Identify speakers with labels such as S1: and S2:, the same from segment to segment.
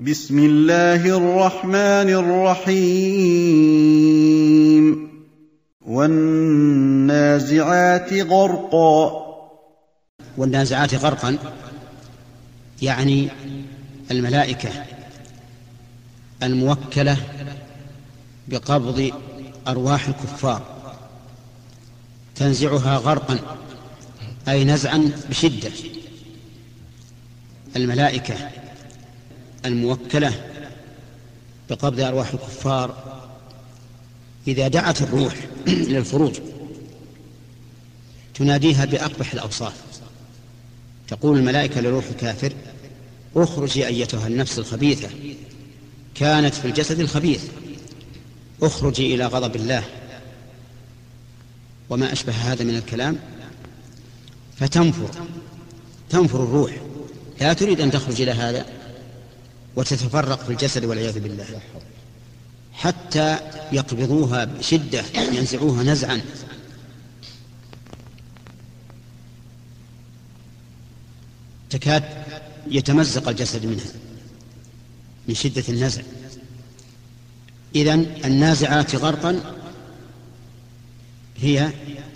S1: بسم الله الرحمن الرحيم والنازعات غرقا.
S2: والنازعات غرقا يعني الملائكة الموكلة بقبض أرواح الكفار تنزعها غرقا أي نزعا بشدة. الملائكة الموكلة بقبض أرواح الكفار إذا دعت الروح للخروج تناديها بأقبح الأوصاف. تقول الملائكة لروح الكافر: اخرجي أيتها النفس الخبيثة كانت في الجسد الخبيث، اخرجي إلى غضب الله، وما أشبه هذا من الكلام. فتنفر الروح، لا تريد أن تخرج إلى هذا وتتفرق في الجسد والعياذ بالله، حتى يقبضوها بشدة، ينزعوها نزعا. تكاد يتمزق الجسد منها من شدة النزع. إذن النازعات غرقا هي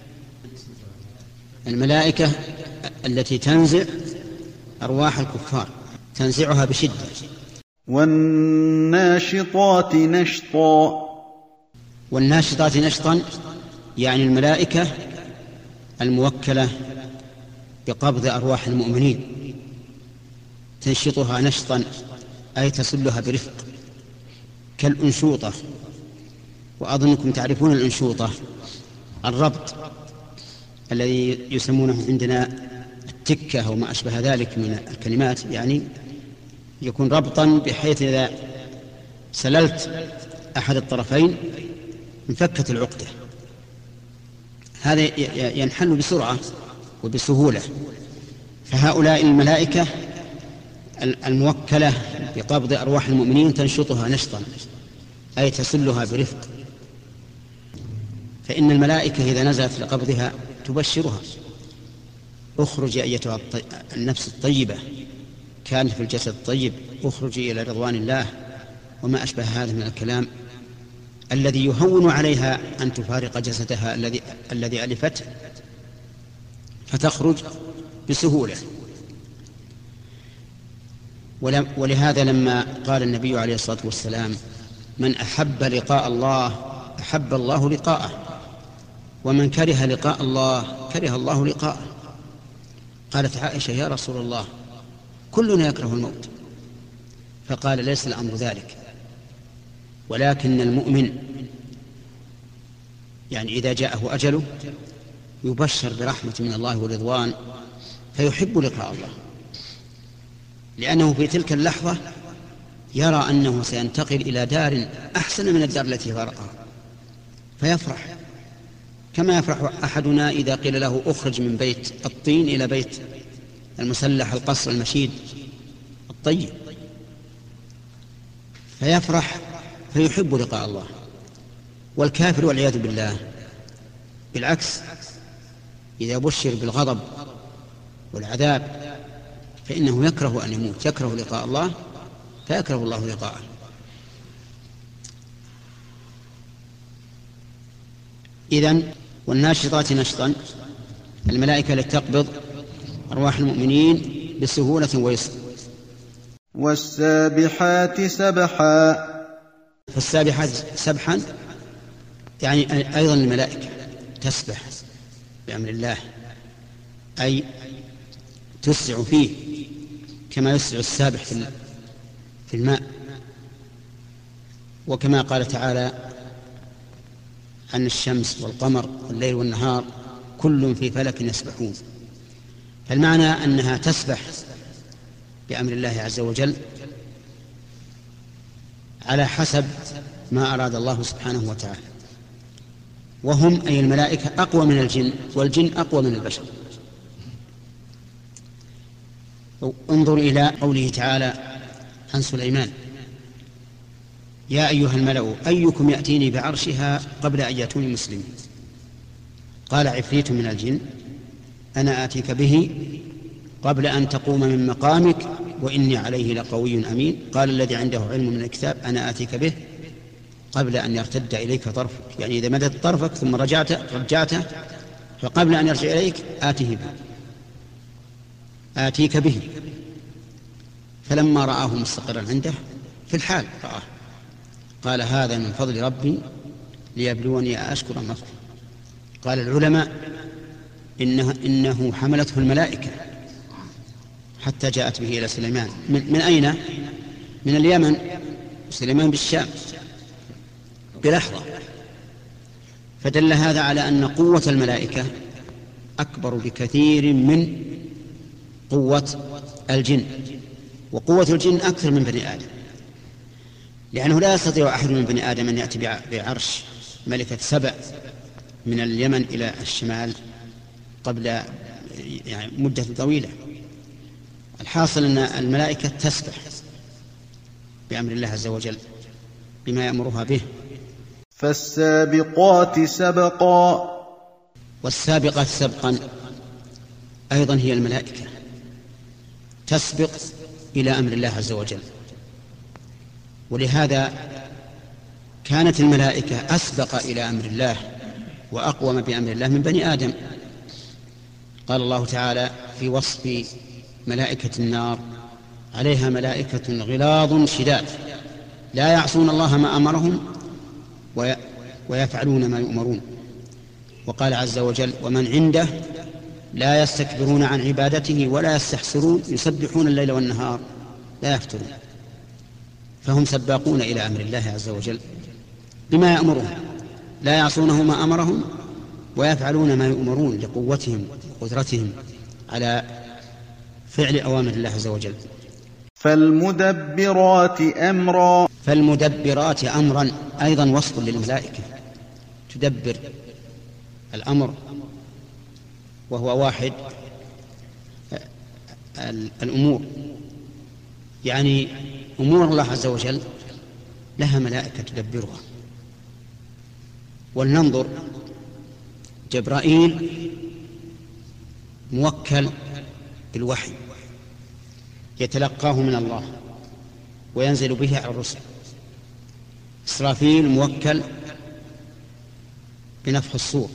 S2: الملائكة التي تنزع أرواح الكفار، تنزعها بشدة.
S1: والناشطات نشطا.
S2: والناشطات نشطا يعني الملائكة الموكلة بقبض أرواح المؤمنين تنشطها نشطا أي تصلها برفق كالأنشوطة. وأظنكم تعرفون الأنشوطة، الربط الذي يسمونه عندنا التكة أو ما أشبه ذلك من الكلمات، يعني يكون ربطا بحيث إذا سللت أحد الطرفين انفكت العقدة. هذا ينحل بسرعة وبسهولة. فهؤلاء الملائكة الموكلة بقبض أرواح المؤمنين تنشطها نشطا أي تسلها برفق. فإن الملائكة إذا نزلت لقبضها تبشرها: اخرجي أيتها النفس الطيبة كانت في الجسد الطيب، اخرجي إلى رضوان الله، وما أشبه هذا من الكلام الذي يهون عليها أن تفارق جسدها الذي ألفته، فتخرج بسهولة. ولهذا لما قال النبي عليه الصلاة والسلام: من أحب لقاء الله أحب الله لقاءه، ومن كره لقاء الله كره الله لقاءه. قالت عائشة: يا رسول الله كلنا يكره الموت. فقال: ليس الأمر ذلك، ولكن المؤمن يعني إذا جاءه أجله يبشر برحمة من الله ورضوان فيحب لقاء الله، لأنه في تلك اللحظة يرى أنه سينتقل إلى دار أحسن من الدار التي فارقها فيفرح، كما يفرح أحدنا إذا قيل له اخرج من بيت الطين إلى بيت المسلح القصر المشيد الطيب، فيفرح فيحب لقاء الله. والكافر والعياذ بالله بالعكس، إذا بشر بالغضب والعذاب فإنه يكره أن يموت، يكره لقاء الله فيكره الله لقاءه. إذن والناشطات نشطا الملائكة التي تقبض أرواح المؤمنين بسهولة ويسر.
S1: والسابحات سبحا.
S2: فالسابحات سبحا يعني أيضا الملائكة تسبح بأمر الله، أي تسرع فيه كما يسرع السابح في الماء. وكما قال تعالى عن الشمس والقمر والليل والنهار كل في فلك يسبحون. فالمعنى أنها تسبح بأمر الله عز وجل على حسب ما أراد الله سبحانه وتعالى. وهم أي الملائكة أقوى من الجن، والجن أقوى من البشر. انظر إلى قوله تعالى عن سليمان: يا أيها الملأ أيكم يأتيني بعرشها قبل أن يأتوني مسلمين. قال عفريت من الجن أنا آتيك به قبل أن تقوم من مقامك وإني عليه لقوي أمين. قال الذي عنده علم من الكتاب أنا آتيك به قبل أن يرتد إليك طرفك، يعني إذا مدت طرفك ثم رجعته فقبل أن يرجع إليك آتيك به. فلما رآه مستقرا عنده في الحال رآه قال هذا من فضل ربي ليبلوني أشكر أم أكفر. قال العلماء إنه حملته الملائكة حتى جاءت به إلى سليمان. من أين؟ من اليمن، سليمان بالشام بلحظة. فدل هذا على أن قوة الملائكة أكبر بكثير من قوة الجن، وقوة الجن أكثر من بني آدم، لأنه لا يستطيع أحد من بني آدم أن يأتي بعرش ملكة سبع من اليمن إلى الشمال قبل يعني مدة طويلة. الحاصل أن الملائكة تسبح بأمر الله عز وجل بما يأمرها به.
S1: فالسابقات سبقا.
S2: والسابقات سبقا أيضا هي الملائكة تسبق إلى أمر الله عز وجل، ولهذا كانت الملائكة أسبق إلى أمر الله وأقوم بأمر الله من بني آدم. قال الله تعالى في وصف ملائكة النار عليها ملائكة غلاظ شداد لا يعصون الله ما أمرهم ويفعلون ما يؤمرون. وقال عز وجل ومن عنده لا يستكبرون عن عبادته ولا يستحسرون يسبحون الليل والنهار لا يفترون. فهم سباقون إلى أمر الله عز وجل بما يأمرهم، لا يعصونه ما أمرهم ويفعلون ما يؤمرون لقوتهم وقدرتهم على فعل أوامر الله عز وجل.
S1: فالمدبرات أمرا.
S2: فالمدبرات أمرا أيضا وصف للملائكة تدبر الأمر، وهو واحد الأمور، يعني أمور الله عز وجل لها ملائكة تدبرها. ولننظر جبرائيل موكل بالوحي يتلقاه من الله وينزل به على الرسل. إسرافيل موكل بنفخ الصور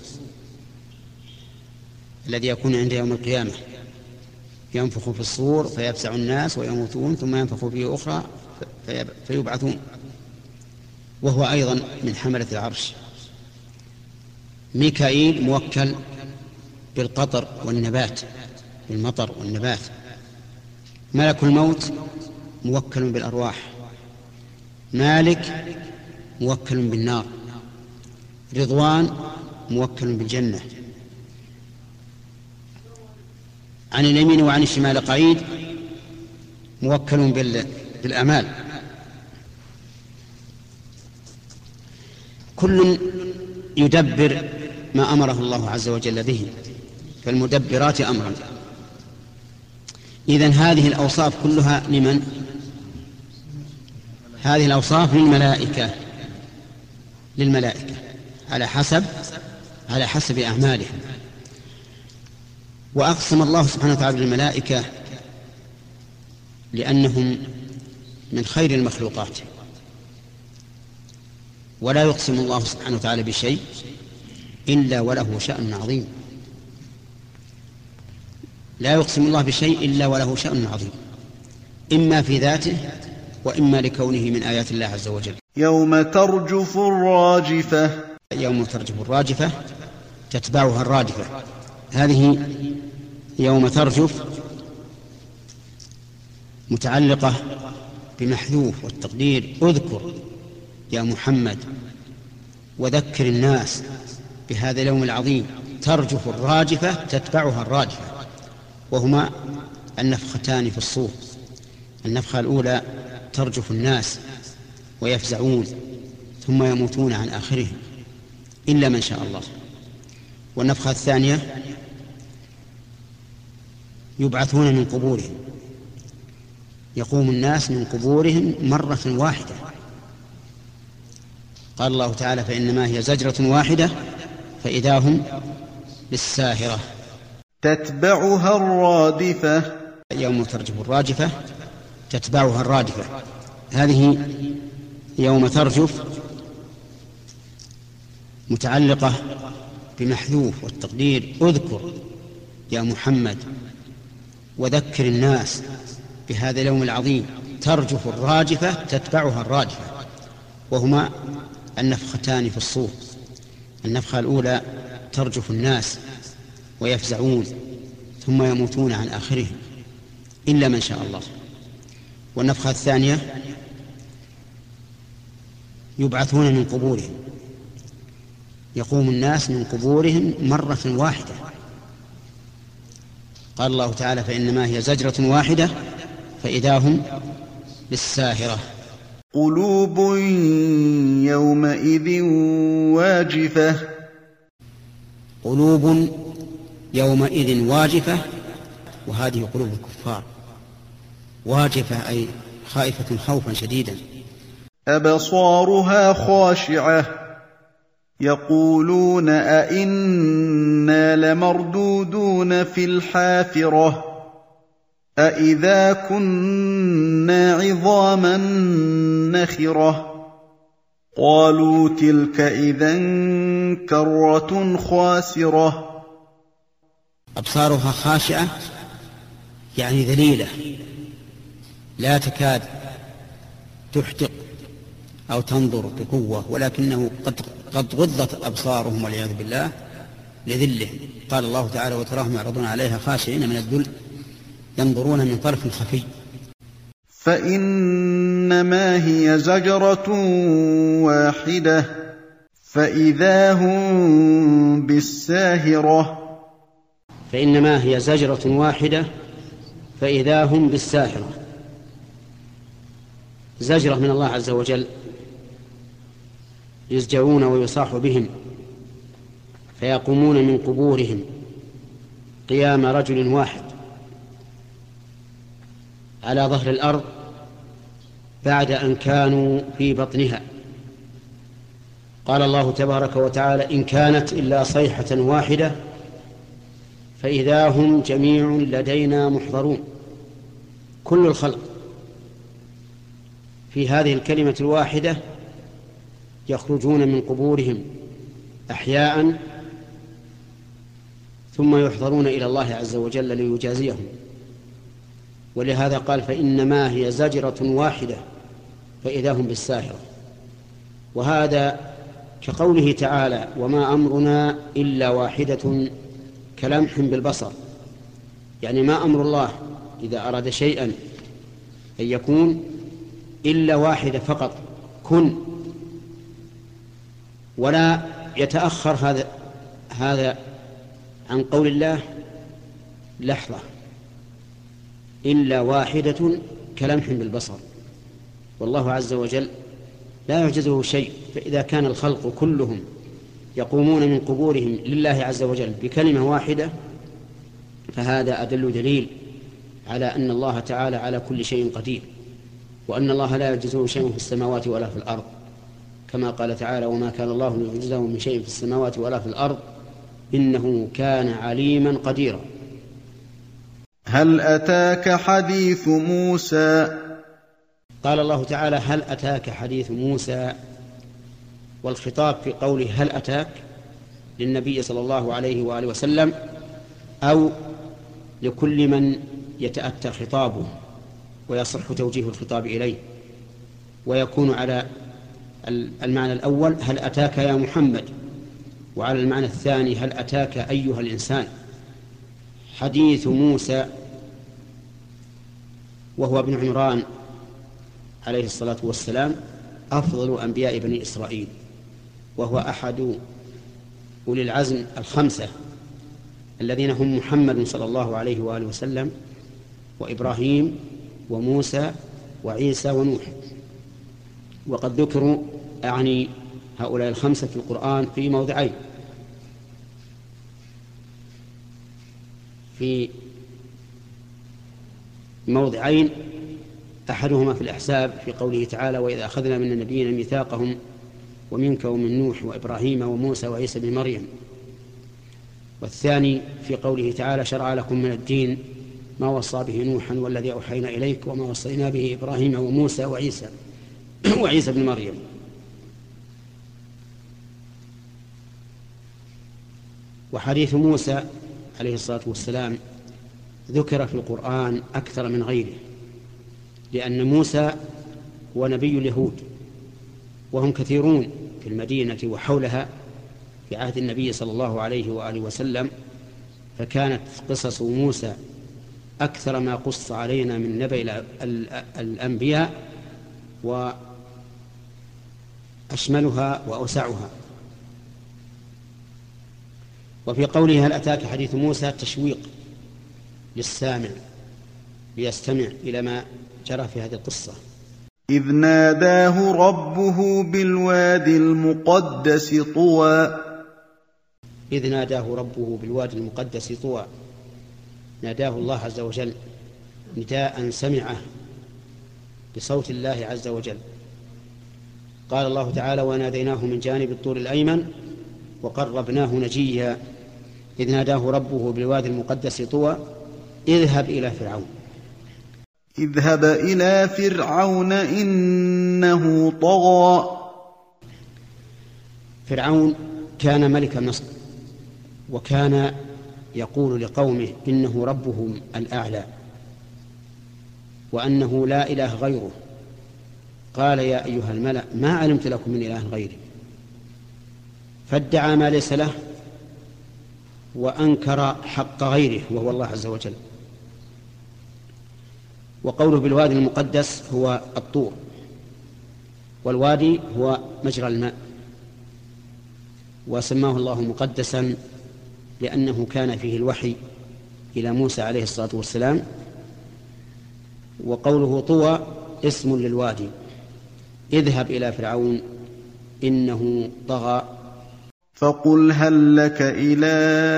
S2: الذي يكون عند يوم القيامة، ينفخ في الصور فيفزع الناس ويموتون ثم ينفخ فيه أخرى فيبعثون، وهو أيضا من حملة العرش. ميكائيل موكل بالقطر والنبات، بالمطر والنبات. ملك الموت موكل بالأرواح. مالك موكل بالنار. رضوان موكل بالجنة. عن اليمين وعن الشمال قعيد موكل بالأمال. كل يدبر ما أمره الله عز وجل به، فالمدبرات أمرا. إذن هذه الأوصاف كلها لمن؟ هذه الأوصاف للملائكة على حسب أعمالهم. وأقسم الله سبحانه وتعالى بالملائكة لأنهم من خير المخلوقات، ولا يقسم الله سبحانه وتعالى بشيء إلا وله شأن عظيم. لا يقسم الله بشيء إلا وله شأن عظيم، إما في ذاته وإما لكونه من آيات الله عز وجل.
S1: يوم ترجف الراجفة.
S2: يوم ترجف الراجفة تتبعها الرادفة. هذه يوم ترجف متعلقة بمحذوف، والتقدير اذكر يا محمد وذكر الناس بهذا اليوم العظيم. ترجف الراجفة تتبعها الرادفة، وهما النفختان في الصور. النفخة الأولى ترجف الناس ويفزعون ثم يموتون عن آخرهم إلا من شاء الله. والنفخة الثانية يبعثون من قبورهم، يقوم الناس من قبورهم مرة واحدة. قال الله تعالى فإنما هي زجرة واحدة فإذا هم بالساهرة.
S1: تتبعها الرادفة.
S2: يوم ترجف الراجفة تتبعها الرادفة. هذه يوم ترجف متعلقة بمحذوف، والتقدير اذكر يا محمد وذكر الناس بهذا اليوم العظيم. ترجف الراجفة تتبعها الرادفة، وهما النفختان في الصور. النفخة الأولى ترجف الناس ويفزعون ثم يموتون عن آخرهم إلا من شاء الله. والنفخة الثانية يبعثون من قبورهم، يقوم الناس من قبورهم مرة واحدة. قال الله تعالى فإنما هي زجرة واحدة فإذا هم بالساهرة.
S1: قلوب يومئذ واجفة.
S2: قلوب يومئذ واجفة، وهذه قلوب الكفار. واجفة أي خائفة خوفا شديدا.
S1: أبصارها خاشعة يقولون أئنا لمردودون في الحافرة أئذا كنا عظاما نخرة قالوا تلك إذا كرة خاسرة.
S2: أبصارها خاشعة يعني ذليلة لا تكاد تحدق أو تنظر بقوة، ولكنه قد غضت أبصارهم والعياذ بالله لذلهم. قال الله تعالى وتراهم يعرضون عليها خاشعين من الذل ينظرون من طرف خفي.
S1: فإنما هي زجرة واحدة فإذا هم بالساهرة.
S2: فإنما هي زجرة واحدة فإذا هم بالساهرة. زجرة من الله عز وجل، يزجرون ويصاح بهم فيقومون من قبورهم قيام رجل واحد على ظهر الأرض بعد أن كانوا في بطنها. قال الله تبارك وتعالى إن كانت إلا صيحة واحدة فإذا هم جميع لدينا محضرون. كل الخلق في هذه الكلمة الواحدة يخرجون من قبورهم أحياء ثم يحضرون إلى الله عز وجل ليجازيهم. ولهذا قال فإنما هي زجرة واحدة فإذا هم بالساهرة. وهذا كقوله تعالى وما أمرنا إلا واحدة كلمح بالبصر، يعني ما أمر الله إذا أراد شيئا أن يكون إلا واحدة فقط كن، ولا يتأخر هذا عن قول الله لحظة. إلا واحدة كلمح بالبصر، والله عز وجل لا يعجزه شيء. فإذا كان الخلق كلهم يقومون من قبورهم لله عز وجل بكلمة واحدة فهذا أدل دليل على أن الله تعالى على كل شيء قدير، وأن الله لا يعجزه شيء في السماوات ولا في الأرض، كما قال تعالى وما كان الله ليعجزه من شيء في السماوات ولا في الأرض إنه كان عليما قديرا.
S1: هل أتاك حديث موسى؟
S2: قال الله تعالى هل أتاك حديث موسى، والخطاب في قوله هل أتاك للنبي صلى الله عليه وآله وسلم أو لكل من يتأتى خطابه ويصح توجيه الخطاب إليه. ويكون على المعنى الأول هل أتاك يا محمد، وعلى المعنى الثاني هل أتاك أيها الإنسان حديث موسى، وهو ابن عمران عليه الصلاة والسلام أفضل أنبياء بني إسرائيل، وهو أحد أولي العزم الخمسة الذين هم محمد صلى الله عليه وآله وسلم وإبراهيم وموسى وعيسى ونوح. وقد ذكروا أعني هؤلاء الخمسة في القرآن في موضعين، أحدهما في الأحزاب في قوله تعالى وإذا أخذنا من النبيين ميثاقهم ومنك ومن نوح وإبراهيم وموسى وعيسى بن مريم. والثاني في قوله تعالى شرع لكم من الدين ما وصى به نوحا والذي أوحينا إليك وما وصينا به إبراهيم وموسى وعيسى بن مريم. وحديث موسى عليه الصلاة والسلام ذكر في القرآن أكثر من غيره، لأن موسى هو نبي اليهود وهم كثيرون في المدينة وحولها في عهد النبي صلى الله عليه وآله وسلم، فكانت قصص موسى أكثر ما قص علينا من نبأ الأنبياء وأشملها وأوسعها. وفي قوله هل أتاك حديث موسى تشويق للسامع ليستمع إلى ما جرى في هذه القصة.
S1: إذ ناداه ربه بالوادي المقدس طوى.
S2: إذ ناداه ربه بالوادي المقدس طوى، ناداه الله عز وجل نداء سمعه بصوت الله عز وجل. قال الله تعالى وناديناه من جانب الطور الأيمن وقربناه نجيا. إذ ناداه ربه بالوادي المقدس طوى اذهب إلى فرعون.
S1: اذهب إلى فرعون إنه طغى.
S2: فرعون كان ملك مصر، وكان يقول لقومه إنه ربهم الأعلى وأنه لا إله غيره. قال يا أيها الملأ ما علمت لكم من إله غيري، فادعى ما ليس له وأنكر حق غيره وهو الله عز وجل. وقوله بالوادي المقدس هو الطور، والوادي هو مجرى الماء، وسماه الله مقدسا لأنه كان فيه الوحي إلى موسى عليه الصلاة والسلام. وقوله طوى اسم للوادي. اذهب إلى فرعون إنه طغى.
S1: فقل هل لك إلى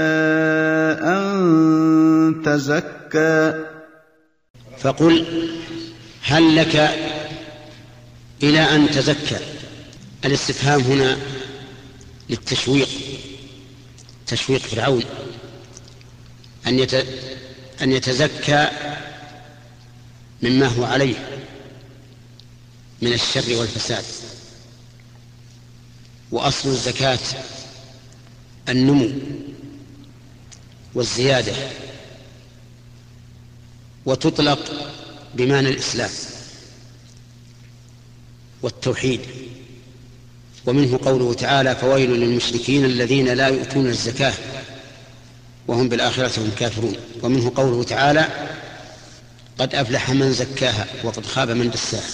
S1: أن تزكى.
S2: فقل هل لك إلى أن تزكى. الاستفهام هنا للتشويق، تشويق فرعون أن يتزكى مما هو عليه من الشر والفساد. وأصل الزكاة النمو والزيادة، وتطلق بمعنى الإسلام والتوحيد. ومنه قوله تعالى فويل للمشركين الذين لا يؤتون الزكاة وهم بالآخرة هم كافرون. ومنه قوله تعالى قد أفلح من زكاها وقد خاب من دساها.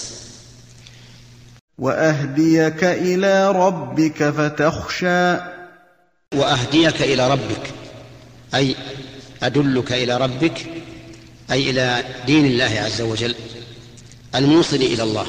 S1: وأهديك إلى ربك فتخشى.
S2: وأهديك إلى ربك أي أدلك إلى ربك، أي إلى دين الله عز وجل الموصل إلى الله.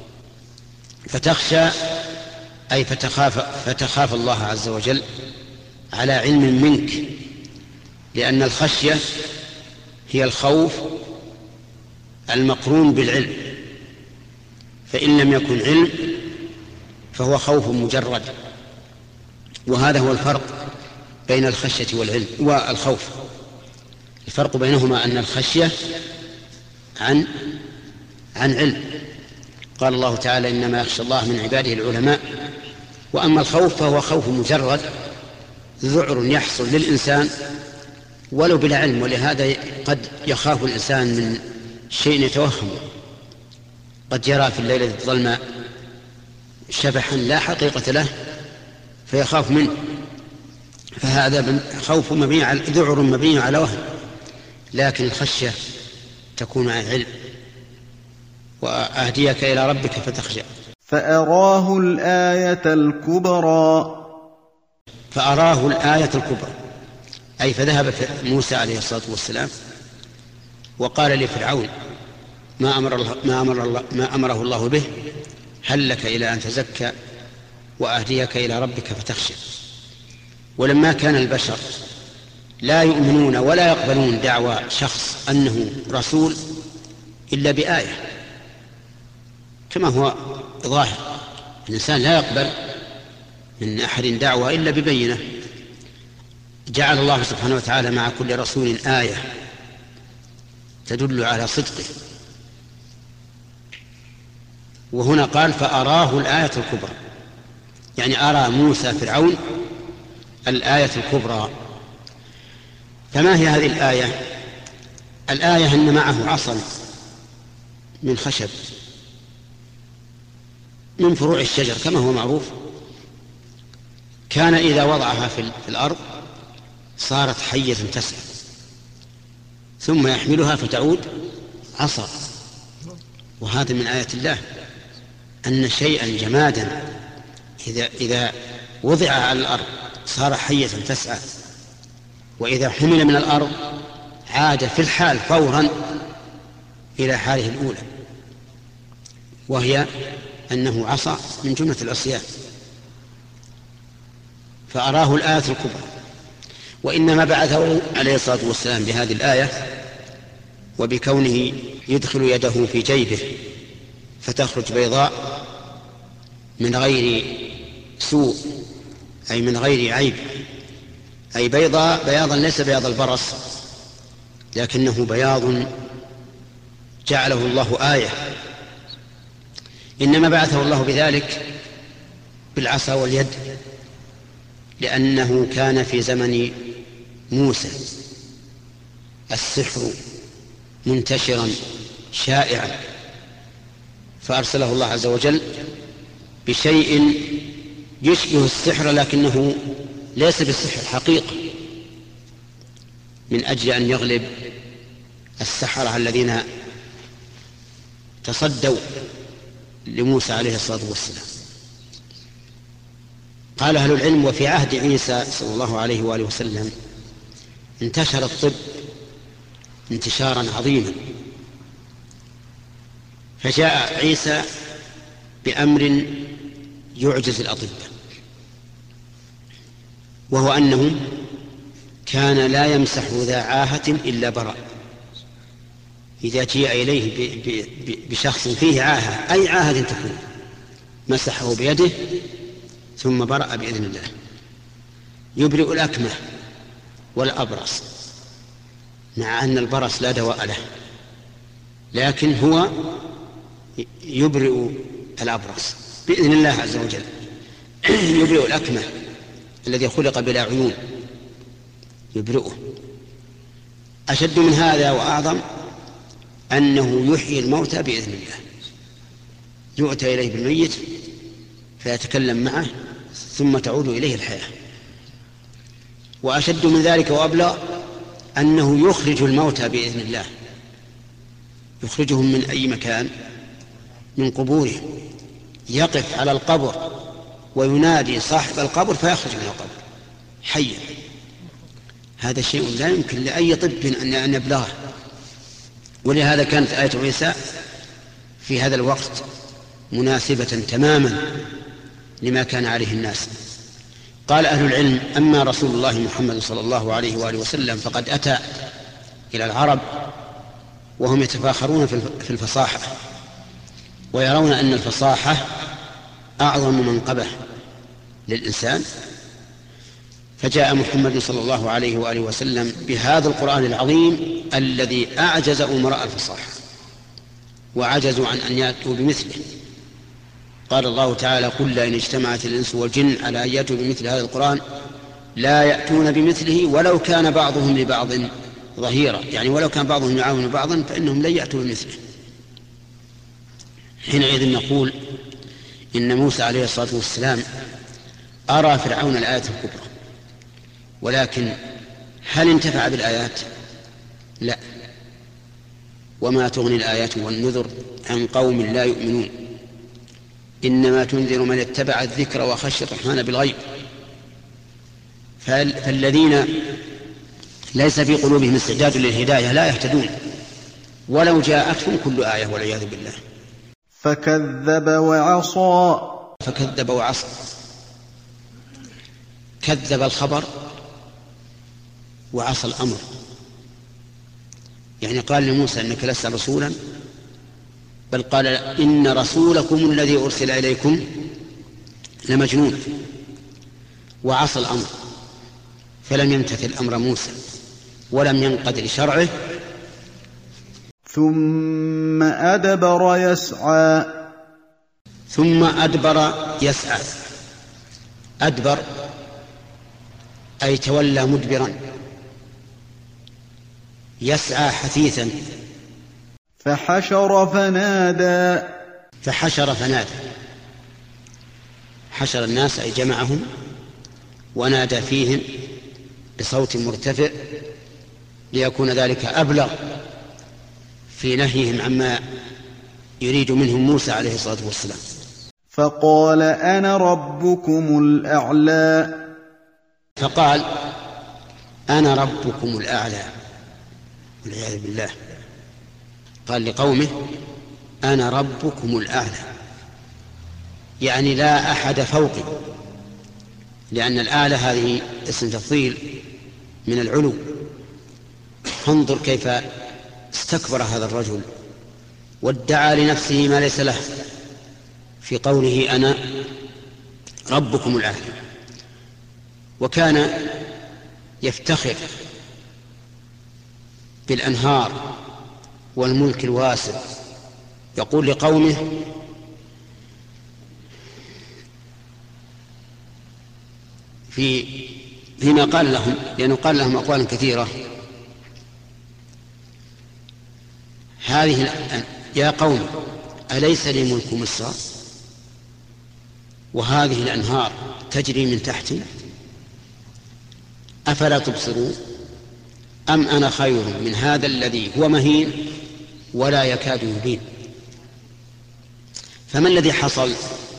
S2: فتخشى أي فتخاف الله عز وجل على علم منك، لأن الخشية هي الخوف المقرون بالعلم، فإن لم يكن علم فهو خوف مجرد. وهذا هو الفرق بين الخشية والعلم والخوف. الفرق بينهما أن الخشية عن علم. قال الله تعالى إنما يخشى الله من عباده العلماء. وأما الخوف فهو خوف مجرد، ذعر يحصل للإنسان ولو بلا علم. ولهذا قد يخاف الإنسان من شيء يتوهمه، قد يرى في الليلة الظلماء شبحا لا حقيقة له فيخاف منه، فهذا خوف مبني على ذعر مبني على وهم. لكن الخشية تكون عن علم. وأهديك إلى ربك فتخشى.
S1: فأراه الآية الكبرى.
S2: فأراه الآية الكبرى أي فذهب موسى عليه الصلاة والسلام وقال لفرعون ما أمره الله به هل لك إلى أن تزكى وأهديك إلى ربك فتخشى. ولما كان البشر لا يؤمنون ولا يقبلون دعوى شخص أنه رسول إلا بآية، كما هو ظاهر، الإنسان لا يقبل من أحد دعوى إلا ببينة. جعل الله سبحانه وتعالى مع كل رسول آية تدل على صدقه. وهنا قال فأراه الآية الكبرى، يعني أرى موسى فرعون الآية الكبرى. فما هي هذه الآية؟ الآية أن معه عصا من خشب من فروع الشجر كما هو معروف، كان إذا وضعها في الأرض صارت حية تسعى، ثم يحملها فتعود عصا. وهذا من آيات الله، أن شيئا جمادا إذا وضع على الأرض صار حية تسعى، وإذا حمل من الأرض عاد في الحال فورا إلى حاله الأولى، وهي أنه عصا من جملة العصيان. فأراه الآية الكبرى. وإنما بعثه عليه الصلاة والسلام بهذه الآية وبكونه يدخل يده في جيبه فتخرج بيضاء من غير سوء، أي من غير عيب، أي بياضا ليس بياض البرص، لكنه بياض جعله الله آية. إنما بعثه الله بذلك بالعصا واليد، لأنه كان في زمن موسى السحر منتشرا شائعا، فأرسله الله عز وجل بشيء يشبه السحر لكنه ليس بالسحر حقيقة، من أجل أن يغلب السحرة الذين تصدوا لموسى عليه الصلاة والسلام. قال أهل العلم وفي عهد عيسى صلى الله عليه وآله وسلم انتشر الطب انتشارا عظيما، فجاء عيسى بأمر يعجز الأطباء، وهو أنه كان لا يمسح ذا عاهة إلا برأ. إذا جيء إليه بشخص فيه عاهة، أي عاهة تكون، مسحه بيده ثم برأ بإذن الله. يبرئ الأكمه والأبرص، مع أن البرص لا دواء له، لكن هو يبرئ الأبرص بإذن الله عز وجل. يبرئ الأكمه الذي خلق بلا عيون، يبرئه. أشد من هذا وأعظم أنه يحيي الموتى بإذن الله، يؤتى إليه بالميت فيتكلم معه ثم تعود إليه الحياة. وأشد من ذلك وأبلغ أنه يخرج الموتى بإذن الله، يخرجهم من أي مكان، من قبورهم، يقف على القبر وينادي صاحب القبر فيخرج من القبر حيا. هذا شيء لا يمكن لأي طب أن يبلغه. ولهذا كانت آية عيسى في هذا الوقت مناسبة تماما لما كان عليه الناس. قال أهل العلم أما رسول الله محمد صلى الله عليه وآله وسلم فقد أتى إلى العرب وهم يتفاخرون في الفصاحة، ويرون أن الفصاحة أعظم منقبة للإنسان، فجاء محمد صلى الله عليه وآله وسلم بهذا القرآن العظيم الذي أعجز أمراء الفصاحة وعجزوا عن أن يأتوا بمثله. قال الله تعالى قل لئن اجتمعت الإنس والجن على أن يأتوا بمثل هذا القرآن لا يأتون بمثله ولو كان بعضهم لبعض ظهيرا، يعني ولو كان بعضهم يعاون بعضا فإنهم لن يأتوا بمثله. حينئذ نقول إن موسى عليه الصلاة والسلام أرى فرعون الآية الكبرى، ولكن هل انتفع بالآيات؟ لا. وما تغني الآيات والنذر عن قوم لا يؤمنون إنما تنذر من اتبع الذكر وخشي الرحمن بالغيب. فالذين ليس في قلوبهم استعداد للهداية لا يهتدون ولو جاءتهم كل آية والعياذ بالله.
S1: فكذب وعصى.
S2: كذب الخبر وعصى الأمر، يعني قال لموسى إنك لست رسولا، بل قال إن رسولكم الذي أرسل إليكم لمجنون، وعصى الأمر فلم يمتثل أمر موسى ولم ينقد لشرعه،
S1: ثم أدبر يسعى.
S2: ثم أدبر يسعى. أدبر أي تولى مدبرا، يسعى حثيثا.
S1: فحشر فنادى.
S2: فحشر فنادى، حشر الناس أي جمعهم ونادى فيهم بصوت مرتفع ليكون ذلك أبلغ في نهيهم عما يريد منهم موسى عليه الصلاة والسلام.
S1: فقال أنا ربكم الأعلى.
S2: فقال أنا ربكم الأعلى، والعياذ بالله. قال لقومه أنا ربكم الأعلى، يعني لا أحد فوقي، لأن الأعلى هذه اسم تفضيل من العلو. فانظر كيف استكبر هذا الرجل وادعى لنفسه ما ليس له في قوله أنا ربكم الأعلى. وكان يفتخر بالأنهار والملك الواسع، يقول لقومه فيما قال لهم، لأنه قال لهم أقوالا كثيرة، يا قوم أليس لي ملك مصر وهذه الأنهار تجري من تحتي أفلا تبصرون أم أنا خير من هذا الذي هو مهين ولا يكاد يبين. فما الذي حصل؟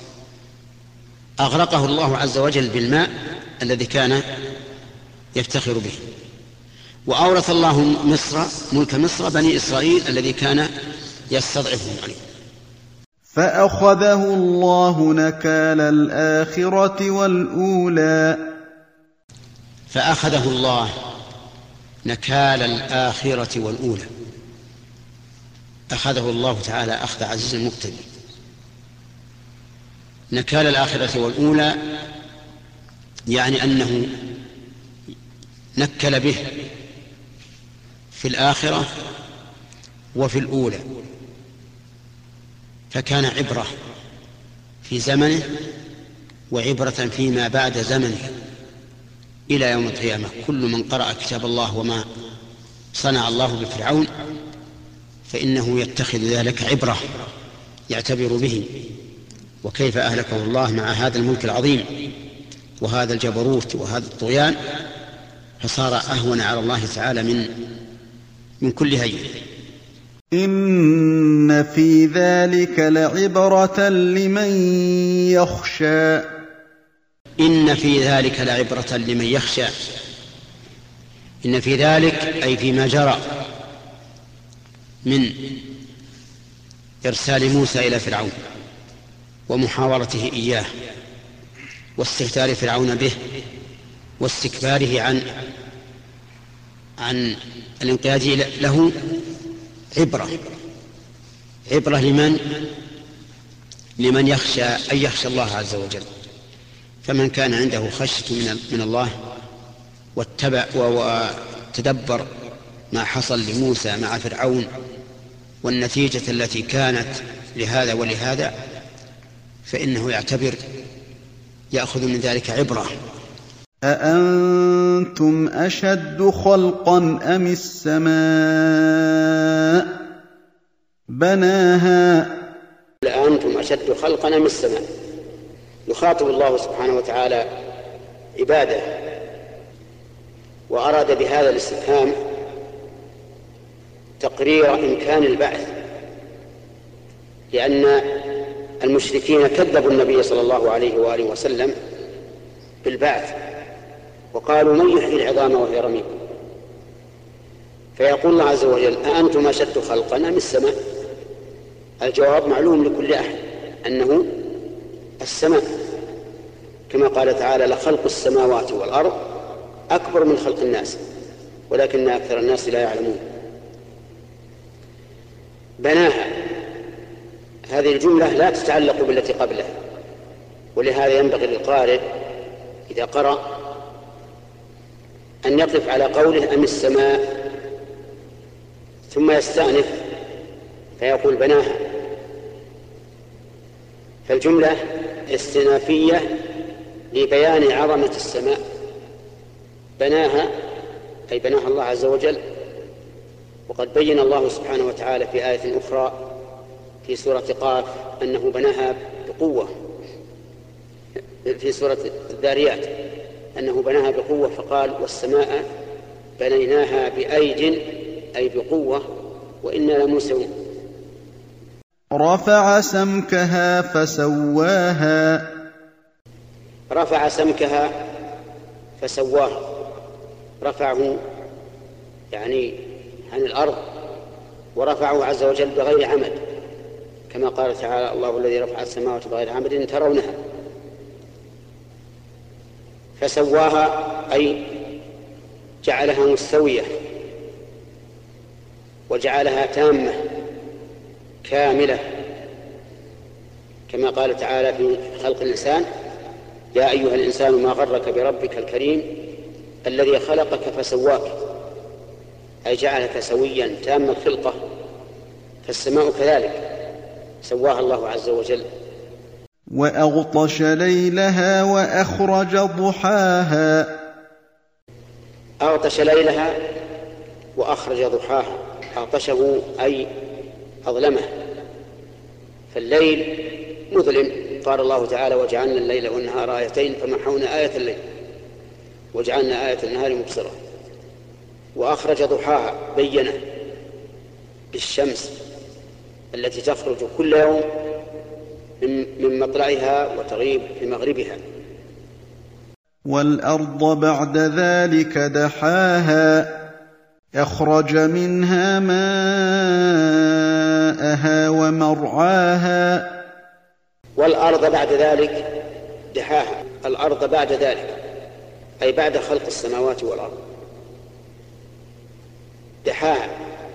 S2: أغرقه الله عز وجل بالماء الذي كان يفتخر به، وأورث الله مصر ملك مصر بني إسرائيل الذي كان يستضعفهم عليه.
S1: فأخذه الله نكال الآخرة والأولى.
S2: فأخذه الله نكال الآخرة والأولى. أخذه الله تعالى أخذ عزيز مقتدر. نكال الآخرة والأولى يعني أنه نكل به في الآخرة وفي الأولى، فكان عبرة في زمنه وعبرة فيما بعد زمنه إلى يوم القيامة. كل من قرأ كتاب الله وما صنع الله بفرعون فإنه يتخذ ذلك عبرة يعتبر به، وكيف أهلكه الله مع هذا الملك العظيم وهذا الجبروت وهذا الطغيان، فصار أهون على الله تعالى من كل هين.
S1: إن في ذلك لعبرة لمن يخشى.
S2: إن في ذلك لعبرة لمن يخشى. إن في ذلك أي فيما جرى من إرسال موسى إلى فرعون ومحاورته إياه واستهتار فرعون به واستكباره عن الانقياد له عبرة لمن يخشى أن يخشى الله عز وجل. فمن كان عنده خشية من الله واتبع وتدبر ما حصل لموسى مع فرعون والنتيجة التي كانت لهذا ولهذا، فإنه يأخذ من ذلك عبرة.
S1: أأنتم أشد خلقا أم السماء بناها.
S2: أأنتم أشد خلقا أم السماء. يخاطب الله سبحانه وتعالى عباده، وأراد بهذا الاستفهام تقرير إمكان البعث، لأن المشركين كذبوا النبي صلى الله عليه وآله وسلم بالبعث وقالوا من يحيي العظام وهي رميم. فيقول الله عز وجل أأنتم أشد خلقا أم السماء. الجواب معلوم لكل أحد أنه السماء، كما قال تعالى لخلق السماوات والأرض أكبر من خلق الناس ولكن أكثر الناس لا يعلمون. بناها، هذه الجملة لا تتعلق بالتي قبلها، ولهذا ينبغي للقارئ إذا قرأ أن يقف على قوله أم السماء ثم يستأنف فيقول بناها. فالجملة استئنافية لبيان عظمة السماء. بناها أي بناها الله عز وجل. وقد بين الله سبحانه وتعالى في آية أخرى في سورة قاف أنه بناها بقوة، في سورة الذاريات أنه بناها بقوة، فقال والسماء بنيناها بأيد أي بقوة وإنا لموسعون.
S1: رفع سمكها فسواها.
S2: رفع سمكها فسواها، رفعه يعني عن الأرض، ورفعه عز وجل بغير عمد، كما قال تعالى الله الذي رفع السماوات بغير عمد ترونها. فسواها أي جعلها مستوية وجعلها تامة كاملة، كما قال تعالى في خلق الإنسان يا أيها الإنسان ما غرك بربك الكريم الذي خلقك فسواك، أي جعلك سويا تام الخلقة. فالسماء كذلك سواها الله عز وجل.
S1: وأغطش ليلها وأخرج ضحاها.
S2: أغطش ليلها وأخرج ضحاها. أغطشه أي أظلمه، فالليل مظلم. قال الله تعالى وجعلنا الليل والنهار آيتين فمحونا آية الليل وجعلنا آية النهار مبصرة. وأخرج ضحاها بينه بالشمس التي تخرج كل يوم من مطلعها وتغيب في مغربها.
S1: والأرض بعد ذلك دحاها. أخرج منها ماءها ومرعاها.
S2: والأرض بعد ذلك دحاها. الأرض بعد ذلك أي بعد خلق السماوات والأرض دحاها.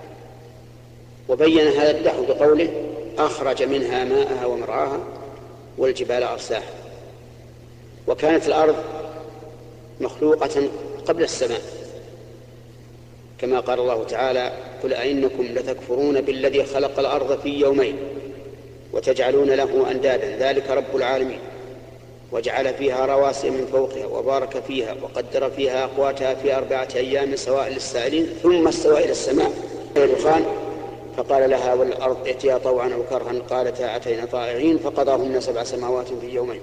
S2: وبين هذا الدحو بقوله أخرج منها ماءها ومرعاها والجبال أرساها. وكانت الأرض مخلوقة قبل السماء، كما قال الله تعالى قل أئنكم لتكفرون بالذي خلق الأرض في يومين وتجعلون له أندادا ذلك رب العالمين وجعل فيها رواسي من فوقها وبارك فيها وقدر فيها أقواتها في 4 أيام سواء للسائلين ثم استوى إلى السماء دخان فقال لها والأرض ائتيا طوعا أو كرها قالتا أتينا طائعين فقضاهن 7 سماوات في يومين.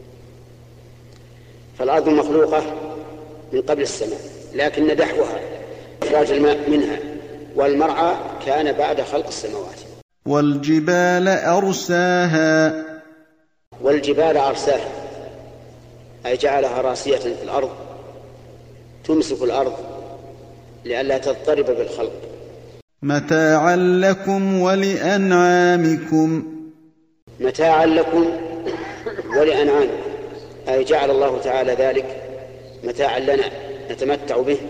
S2: فالأرض مخلوقة من قبل السماء، لكن دحوها إخراج الماء منها والمرعى كان بعد خلق السماوات.
S1: والجبال أرساها.
S2: والجبال أرساها أي جعلها راسية في الأرض تمسك الأرض لئلا تضطرب بالخلق.
S1: متاعا لكم ولأنعامكم.
S2: متاعا لكم ولأنعامكم أي جعل الله تعالى ذلك متاعا لنا نتمتع به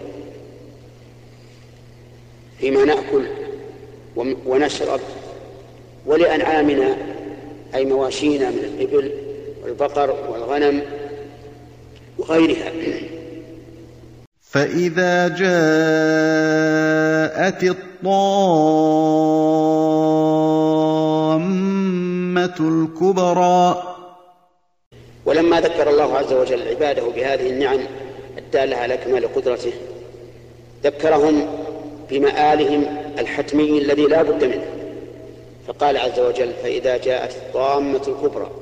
S2: فيما نأكل ونشرب، ولأنعامنا أي مواشينا من الإبل والبقر والغنم وغيرها.
S1: فإذا جاءت الطامة الكبرى.
S2: ولما ذكر الله عز وجل عباده بهذه النعم الدالة على كمال قدرته ذكرهم بمآلهم الحتمي الذي لا بد منه، فقال عز وجل فإذا جاءت الطامة الكبرى،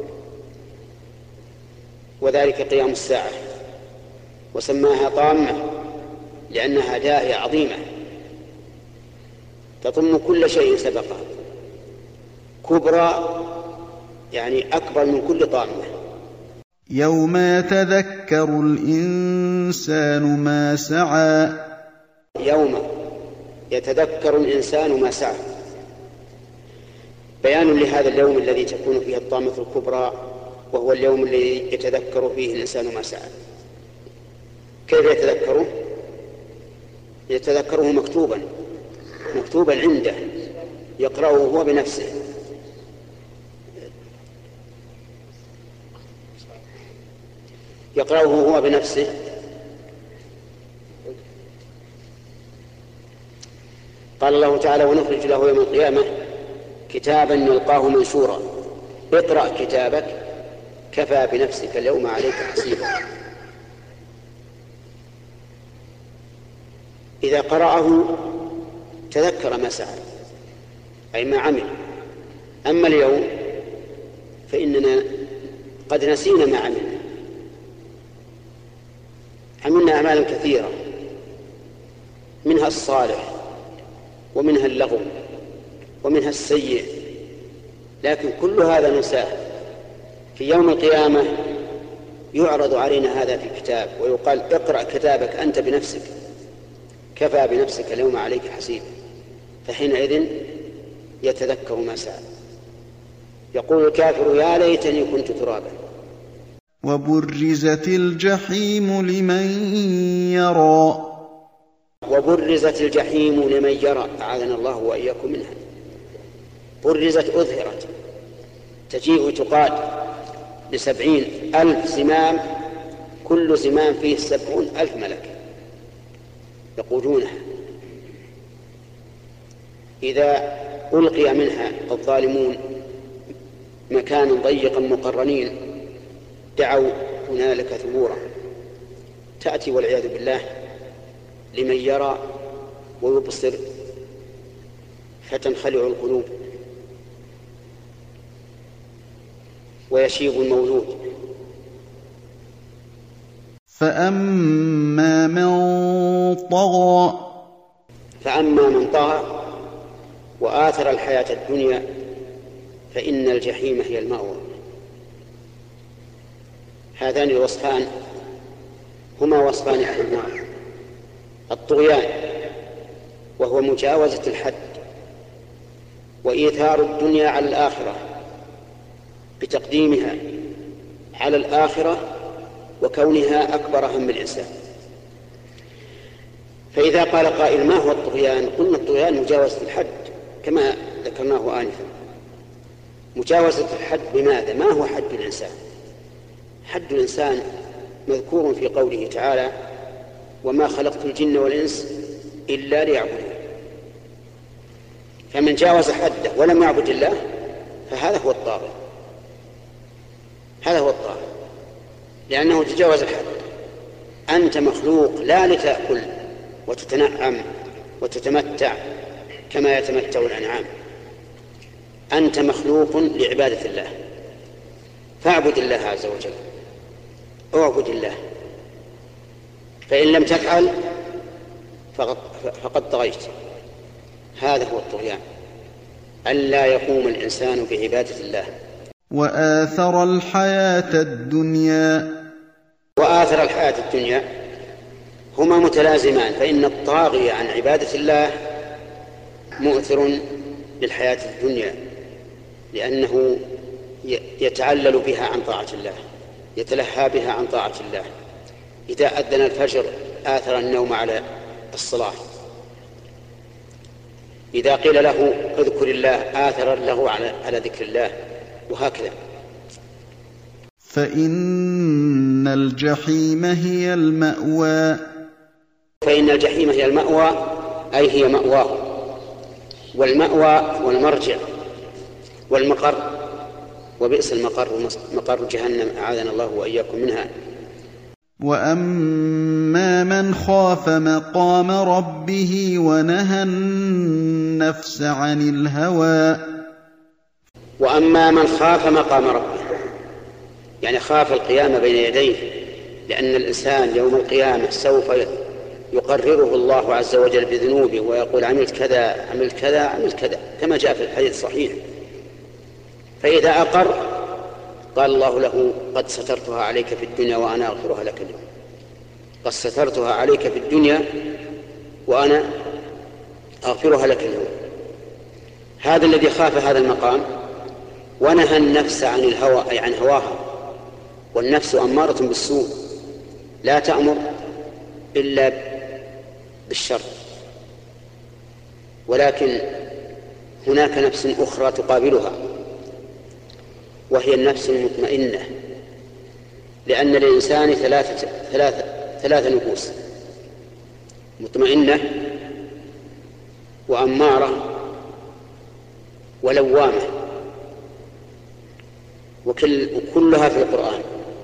S2: وذلك قيام الساعة، وسماها طامة لأنها داهية عظيمة تضم كل شيء سبقها. كبرى يعني أكبر من كل طامة.
S1: يوم يتذكر الإنسان ما سعى.
S2: يوم يتذكر الإنسان ما سعى بيان لهذا اليوم الذي تكون فيه الطامة الكبرى، وهو اليوم الذي يتذكر فيه الإنسان ما سعى. كيف يتذكره؟ يتذكره مكتوبا عنده يقرأه هو بنفسه. يقرأه هو بنفسه. قال الله تعالى ونخرج له يوم القيامة كتابا يلقاه منشورا اقرأ كتابك كفى بنفسك اليوم عليك حسيبا. إذا قرأه تذكر ما سعى أي ما عمل. أما اليوم فإننا قد نسينا ما عملنا أعمالا كثيرة منها الصالح ومنها اللغو ومنها السيء، لكن كل هذا نساه. في يوم القيامة يعرض علينا هذا في كتاب ويقال اقرأ كتابك أنت بنفسك كفى بنفسك اليوم عليك حسيبا. فحينئذ يتذكر ما سعى. يقول الكافر يا ليتني كنت ترابا.
S1: وبرزت الجحيم لمن يرى.
S2: وبرزت الجحيم لمن يرى، أعاذنا الله وإياكم منها. برزت أظهرت، تجيء تقاد ل70,000 زمام، كل زمام فيه 70,000 ملك يقودونها. إذا ألقي منها الظالمون مكانا ضيقا مقرنين دعوا هنالك ثبورا. تأتي والعياذ بالله لمن يرى ويبصر فتنخلع القلوب ويشيب المولود.
S1: فأما من طغى.
S2: فأما من طغى وآثر الحياة الدنيا فإن الجحيم هي المأوى. هذان الوصفان هما وصفان أهل النار: الطغيان وهو مجاوزة الحد وإيثار الدنيا على الآخرة بتقديمها على الآخرة وكونها أكبر هم الإنسان. فإذا قال قائل ما هو الطغيان؟ قلنا الطغيان مجاوزة الحد كما ذكرناه آنفا. مجاوزة الحد بماذا؟ ما هو حد الإنسان؟ حد الإنسان مذكور في قوله تعالى وما خلقت الجن والإنس إلا ليعبدون. فمن جاوز حده ولم يعبد الله فهذا هو الطاغي، هذا هو الطاغي، لأنه تجاوز الحد. أنت مخلوق لا لتأكل وتتنعم وتتمتع كما يتمتع الأنعام، أنت مخلوق لعبادة الله، فاعبد الله عز وجل، اعبد الله. فإن لم تفعل فقد طغيت. هذا هو الطغيان، ألا يقوم الإنسان بعبادة الله.
S1: وآثر الحياة الدنيا.
S2: وآثر الحياة الدنيا هما متلازمان، فإن الطاغي عن عبادة الله مؤثر للحياة الدنيا لأنه يتعلل بها عن طاعة الله، يتلهى بها عن طاعة الله. إذا أذن الفجر آثر النوم على الصلاة، إذا قيل له اذكر الله آثر له على ذكر الله، وهكذا.
S1: فإن الجحيم هي المأوى.
S2: فإن الجحيم هي المأوى أي هي مأواه، والمأوى والمرجع والمقر، وبئس المقر مقر جهنم، أعاذنا الله وإياكم منها.
S1: وأما من خاف مقام ربه ونهى النفس عن الهوى.
S2: وأما من خاف مقام ربه يعني خاف القيام بين يديه، لأن الإنسان يوم القيامة سوف يقرره الله عز وجل بذنوبه ويقول عملت كذا عملت كذا عملت كذا كما جاء في الحديث الصحيح. فإذا أقر قال الله له قد سترتها عليك في الدنيا وأنا أغفرها لك اليوم. قد سترتها عليك في الدنيا وأنا أغفرها لك اليوم. هذا الذي خاف هذا المقام ونهى النفس عن الهوى أي عن هواها، والنفس أمارة بالسوء لا تأمر إلا بالشر، ولكن هناك نفس أخرى تقابلها وهي النفس المطمئنة، لأن للإنسان ثلاث نفوس: مطمئنة وأمارة ولوامة، وكلها في القرآن.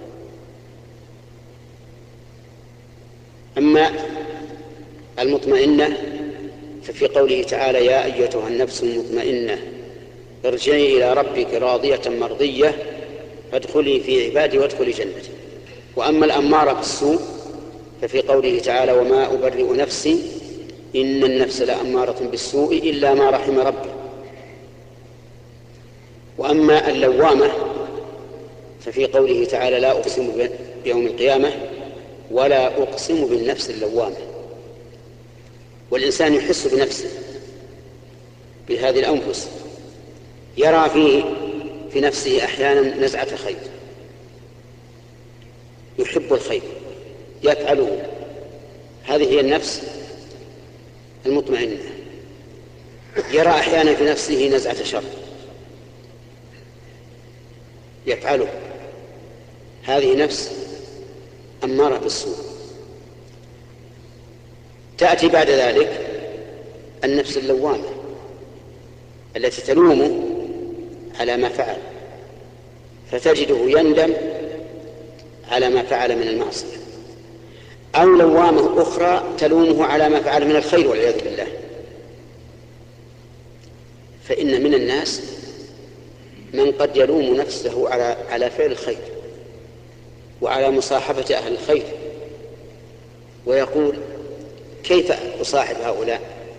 S2: أما المطمئنة ففي قوله تعالى: يا أيتها النفس المطمئنة ارجعي إلى ربك راضية مرضية فادخلي في عبادي وادخلي جنتي. وأما الأمارة بالسوء ففي قوله تعالى: وما أبرئ نفسي إن النفس لأمارة بالسوء إلا ما رحم ربي. وأما اللوامة ففي قوله تعالى: لا أقسم بيوم القيامة ولا أقسم بالنفس اللوامة. والإنسان يحس بنفسه بهذه الأنفس، يرى في نفسه أحيانا نزعة خير، يحب الخير يفعله، هذه هي النفس المطمئنة. يرى أحيانا في نفسه نزعة شر يفعله، هذه نفس أمارة بالسوء. تأتي بعد ذلك النفس اللوامة التي تلومه على ما فعل، فتجده يندم على ما فعل من المعصية. أو لوامة أخرى تلومه على ما فعل من الخير والعياذ بالله. فإن من الناس من قد يلوم نفسه على فعل الخير وعلى مصاحبة أهل الخير، ويقول: كيف أصاحب هؤلاء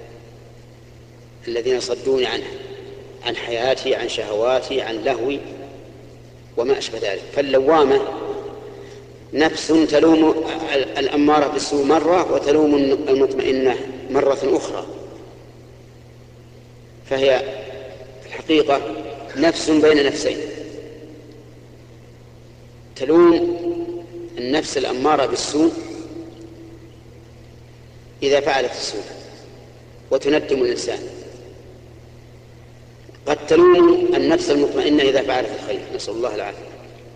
S2: الذين صدوني عن حياتي، عن شهواتي، عن لهوي وما أشبه ذلك. فاللوامة نفس تلوم الأمارة بالسوء مرة وتلوم المطمئنة مرة أخرى، فهي في الحقيقة نفس بين نفسين، تلوم النفس الأمارة بالسوء إذا فعلت السوء وتندم الإنسان، قد تلوم النفس المطمئنة إذا فعلت الخير، نسأل الله العافية.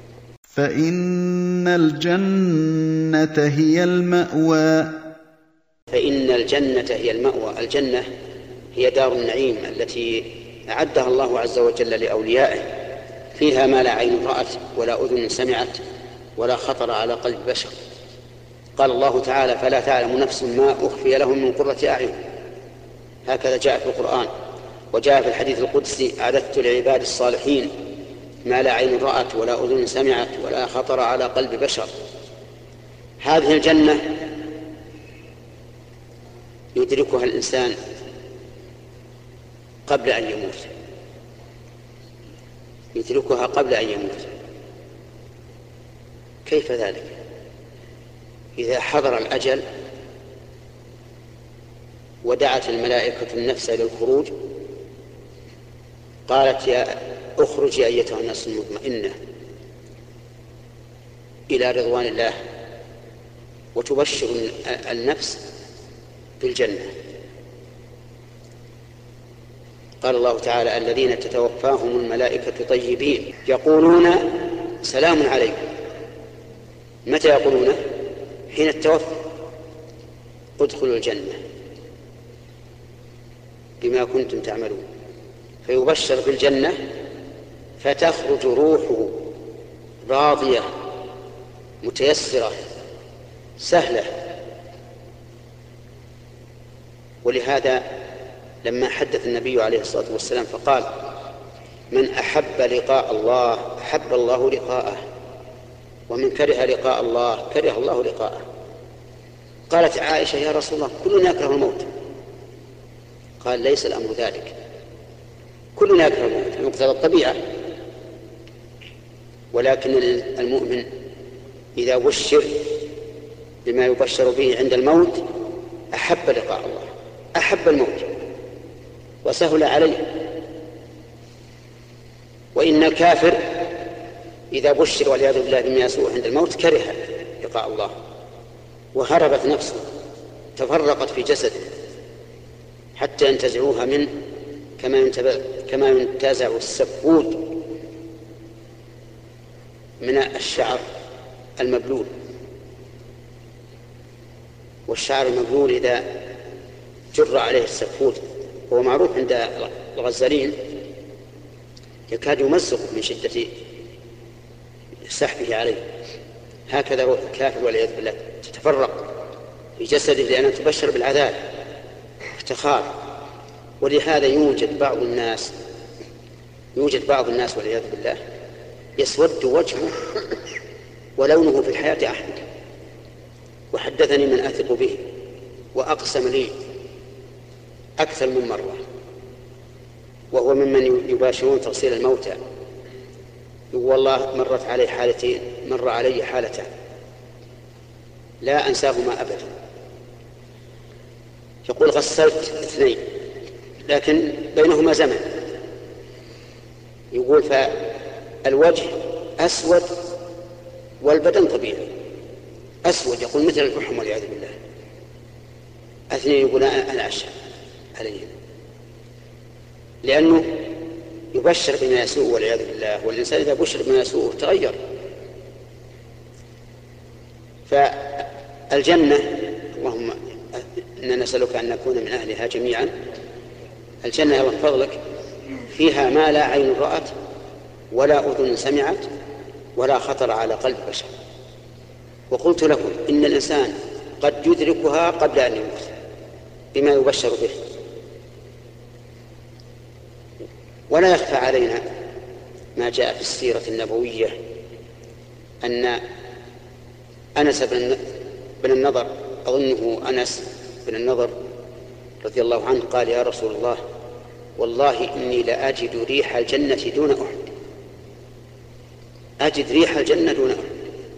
S1: فإن الجنة هي المأوى.
S2: فإن الجنة هي المأوى. الجنة هي دار النعيم التي أعدها الله عز وجل لأوليائه، فيها ما لا عين رأت ولا أذن سمعت ولا خطر على قلب بشر. قال الله تعالى: فلا تعلم نفس ما أخفي لهم من قرة أعين. هكذا جاء في القرآن، وجاء في الحديث القدسي: أعددت لعباد الصالحين ما لا عين رأت ولا أذن سمعت ولا خطر على قلب بشر. هذه الجنة يدركها الإنسان قبل أن يموت، يدركها قبل أن يموت. كيف ذلك؟ إذا حضر الأجل ودعت الملائكة النفس للخروج قالت: يا اخرجي أيتها النفس المطمئنة إلى رضوان الله، وتبشر النفس بالجنة. قال الله تعالى: الذين تتوفاهم الملائكة طيبين يقولون سلام عليكم. متى يقولونه؟ حين التوفي. ادخلوا الجنة بما كنتم تعملون. فيبشر بالجنة فتخرج روحه راضية متيسرة سهلة. ولهذا لما حدث النبي عليه الصلاة والسلام فقال: من أحب لقاء الله أحب الله لقاءه، ومن كره لقاء الله كره الله لقاءه. قالت عائشة: يا رسول الله كلنا يكره الموت. قال: ليس الأمر ذلك، كلنا يكره الموت مقتضى الطبيعة، ولكن المؤمن إذا بشر بما يبشر به عند الموت أحب لقاء الله، أحب الموت وسهل عليه. وإن الكافر إذا بشر والعياذ بالله بما يسوء عند الموت كره لقاء الله وهربت نفسه، تفرقت في جسده حتى ينتزعوها منه كما ينتزع السفود من الشعر المبلول. والشعر المبلول إذا جر عليه السفود، هو معروف عند الغزالين يكاد يمزق من شدة سحبه عليه. هكذا روح الكافر والعياذ بالله تتفرق في جسده لأنها تبشر بالعذاب افتخار. ولهذا يوجد بعض الناس والعياذ بالله يسود وجهه ولونه في الحياة أحمر. وحدثني من أثق به وأقسم لي أكثر من مرة، وهو ممن يباشرون تغسيل الموتى، والله مرت علي حالتين، مر علي حالتان لا أنساهما أبدا. يقول غسلت 2 لكن بينهما زمن. يقول فالوجه أسود والبدن طبيعي أسود، يقول مثل الفحم والعياذ بالله. 2 يقول أنا أشهد عليهم، لأنه يبشر بما يسوء والعياذ بالله، والإنسان إذا بشر بما يسوء تغير. فالجنة اللهم إننا نسألك أن نكون من أهلها جميعا. الجنة يا من فضلك فيها ما لا عين رأت ولا أذن سمعت ولا خطر على قلب بشر. وقلت لكم إن الإنسان قد يدركها قبل أن يموت بما يبشر به. ولا يخفى علينا ما جاء في السيرة النبوية أن أنس بن النضر، أظنه أنس بن النضر رضي الله عنه، قال يا رسول الله والله إني لأجد ريح الجنة دون أحد. أجد ريح الجنة دون أحد.